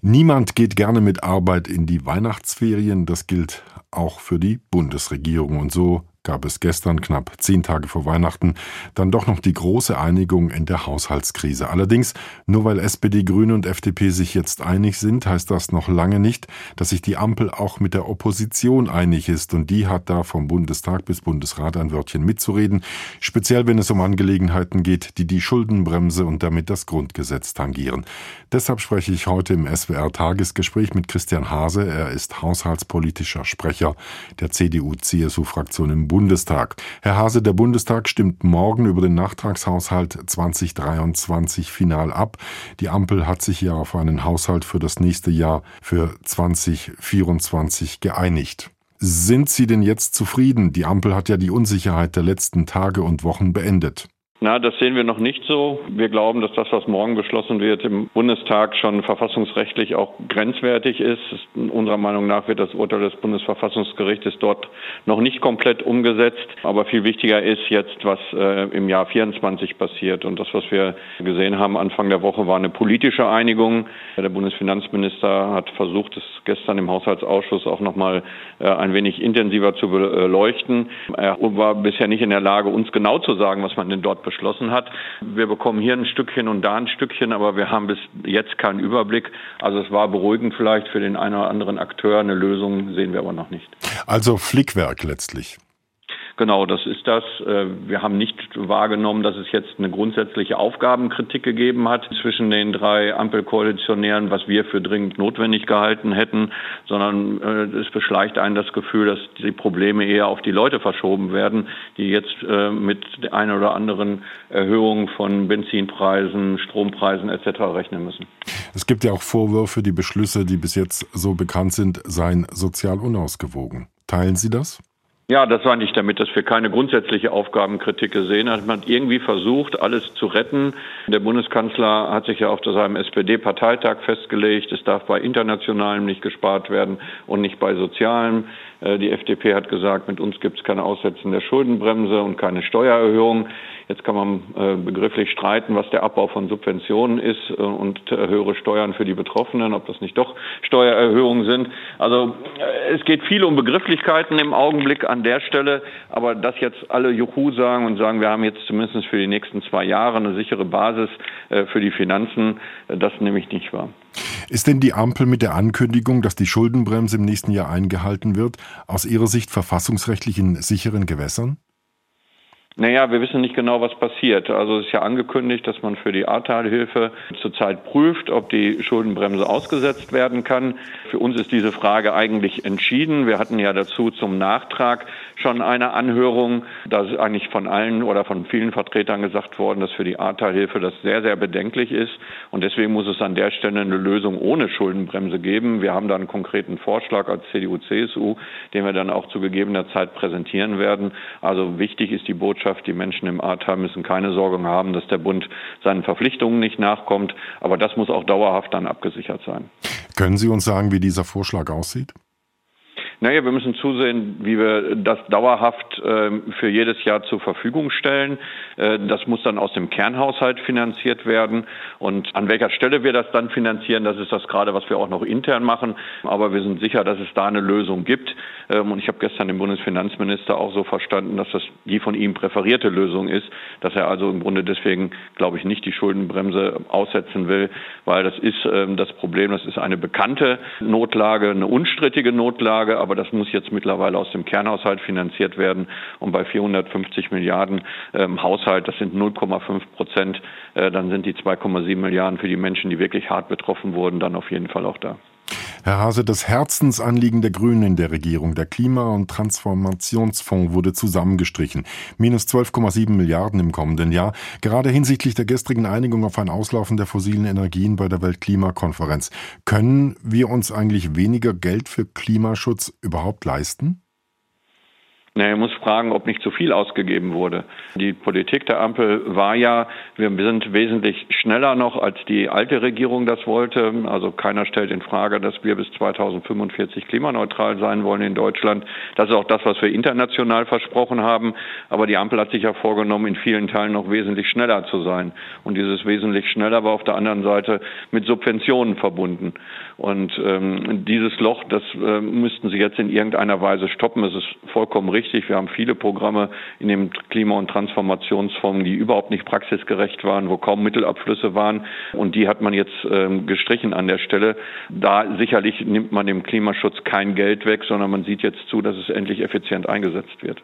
Niemand geht gerne mit Arbeit in die Weihnachtsferien. Das gilt auch für die Bundesregierung. Und so gab es gestern, knapp 10 Tage vor Weihnachten, dann doch noch die große Einigung in der Haushaltskrise. Allerdings, nur weil SPD, Grüne und FDP sich jetzt einig sind, heißt das noch lange nicht, dass sich die Ampel auch mit der Opposition einig ist. Und die hat da vom Bundestag bis Bundesrat ein Wörtchen mitzureden. Speziell, wenn es um Angelegenheiten geht, die die Schuldenbremse und damit das Grundgesetz tangieren. Deshalb spreche ich heute im SWR-Tagesgespräch mit Christian Hase. Er ist haushaltspolitischer Sprecher der CDU-CSU-Fraktion im Bundestag. Herr Hase, der Bundestag stimmt morgen über den Nachtragshaushalt 2023 final ab. Die Ampel hat sich ja auf einen Haushalt für das nächste Jahr, für 2024, geeinigt. Sind Sie denn jetzt zufrieden? Die Ampel hat ja die Unsicherheit der letzten Tage und Wochen beendet. Na, das sehen wir noch nicht so. Wir glauben, dass das, was morgen beschlossen wird, im Bundestag schon verfassungsrechtlich auch grenzwertig ist. Unserer Meinung nach wird das Urteil des Bundesverfassungsgerichtes dort noch nicht komplett umgesetzt. Aber viel wichtiger ist jetzt, was im Jahr 2024 passiert. Und das, was wir gesehen haben Anfang der Woche, war eine politische Einigung. Der Bundesfinanzminister hat versucht, es gestern im Haushaltsausschuss auch noch mal ein wenig intensiver zu beleuchten. Er war bisher nicht in der Lage, uns genau zu sagen, was man denn dort beschlossen hat. Wir bekommen hier ein Stückchen und da ein Stückchen, aber wir haben bis jetzt keinen Überblick. Also es war beruhigend vielleicht für den einen oder anderen Akteur. Eine Lösung sehen wir aber noch nicht. Also Flickwerk letztlich. Genau, das ist das. Wir haben nicht wahrgenommen, dass es jetzt eine grundsätzliche Aufgabenkritik gegeben hat zwischen den drei Ampelkoalitionären, was wir für dringend notwendig gehalten hätten, sondern es beschleicht einen das Gefühl, dass die Probleme eher auf die Leute verschoben werden, die jetzt mit der einen oder anderen Erhöhung von Benzinpreisen, Strompreisen etc. rechnen müssen. Es gibt ja auch Vorwürfe, die Beschlüsse, die bis jetzt so bekannt sind, seien sozial unausgewogen. Teilen Sie das? Ja, das war nicht damit, dass wir keine grundsätzliche Aufgabenkritik gesehen haben. Man hat irgendwie versucht, alles zu retten. Der Bundeskanzler hat sich ja auf seinem SPD-Parteitag festgelegt, es darf bei Internationalem nicht gespart werden und nicht bei Sozialem. Die FDP hat gesagt, mit uns gibt es keine Aussetzen der Schuldenbremse und keine Steuererhöhung. Jetzt kann man begrifflich streiten, was der Abbau von Subventionen ist und höhere Steuern für die Betroffenen, ob das nicht doch Steuererhöhungen sind. Also es geht viel um Begrifflichkeiten im Augenblick an der Stelle, aber dass jetzt alle Juhu sagen und sagen, wir haben jetzt zumindest für die nächsten 2 Jahre eine sichere Basis für die Finanzen, das nehme ich nicht wahr. Ist denn die Ampel mit der Ankündigung, dass die Schuldenbremse im nächsten Jahr eingehalten wird, aus Ihrer Sicht verfassungsrechtlich in sicheren Gewässern? Naja, wir wissen nicht genau, was passiert. Also es ist ja angekündigt, dass man für die Ahrtalhilfe zurzeit prüft, ob die Schuldenbremse ausgesetzt werden kann. Für uns ist diese Frage eigentlich entschieden. Wir hatten ja dazu zum Nachtrag schon eine Anhörung. Da ist eigentlich von allen oder von vielen Vertretern gesagt worden, dass für die Ahrtalhilfe das sehr, sehr bedenklich ist. Und deswegen muss es an der Stelle eine Lösung ohne Schuldenbremse geben. Wir haben da einen konkreten Vorschlag als CDU-CSU, den wir dann auch zu gegebener Zeit präsentieren werden. Also wichtig ist die Botschaft, die Menschen im Ahrtal müssen keine Sorgen haben, dass der Bund seinen Verpflichtungen nicht nachkommt. Aber das muss auch dauerhaft dann abgesichert sein. Können Sie uns sagen, wie dieser Vorschlag aussieht? Naja, wir müssen zusehen, wie wir das dauerhaft für jedes Jahr zur Verfügung stellen. Das muss dann aus dem Kernhaushalt finanziert werden. Und an welcher Stelle wir das dann finanzieren, das ist das gerade, was wir auch noch intern machen. Aber wir sind sicher, dass es da eine Lösung gibt. Und ich habe gestern den Bundesfinanzminister auch so verstanden, dass das die von ihm präferierte Lösung ist, dass er also im Grunde deswegen, glaube ich, nicht die Schuldenbremse aussetzen will, weil das ist das Problem, das ist eine bekannte Notlage, eine unstrittige Notlage, aber das muss jetzt mittlerweile aus dem Kernhaushalt finanziert werden. Und bei 450 Milliarden Haushalt, das sind 0,5%, dann sind die 2,7 Milliarden für die Menschen, die wirklich hart betroffen wurden, dann auf jeden Fall auch da. Herr Hase, das Herzensanliegen der Grünen in der Regierung, der Klima- und Transformationsfonds, wurde zusammengestrichen. Minus 12,7 Milliarden im kommenden Jahr. Gerade hinsichtlich der gestrigen Einigung auf ein Auslaufen der fossilen Energien bei der Weltklimakonferenz. Können wir uns eigentlich weniger Geld für Klimaschutz überhaupt leisten? Man muss fragen, ob nicht zu viel ausgegeben wurde. Die Politik der Ampel war ja, wir sind wesentlich schneller noch, als die alte Regierung das wollte. Also keiner stellt in Frage, dass wir bis 2045 klimaneutral sein wollen in Deutschland. Das ist auch das, was wir international versprochen haben. Aber die Ampel hat sich ja vorgenommen, in vielen Teilen noch wesentlich schneller zu sein. Und dieses wesentlich schneller war auf der anderen Seite mit Subventionen verbunden. Und dieses Loch, das müssten sie jetzt in irgendeiner Weise stoppen. Es ist vollkommen richtig. Wir haben viele Programme in dem Klima- und Transformationsfonds, die überhaupt nicht praxisgerecht waren, wo kaum Mittelabflüsse waren. Und die hat man jetzt gestrichen an der Stelle. Da sicherlich nimmt man dem Klimaschutz kein Geld weg, sondern man sieht jetzt zu, dass es endlich effizient eingesetzt wird.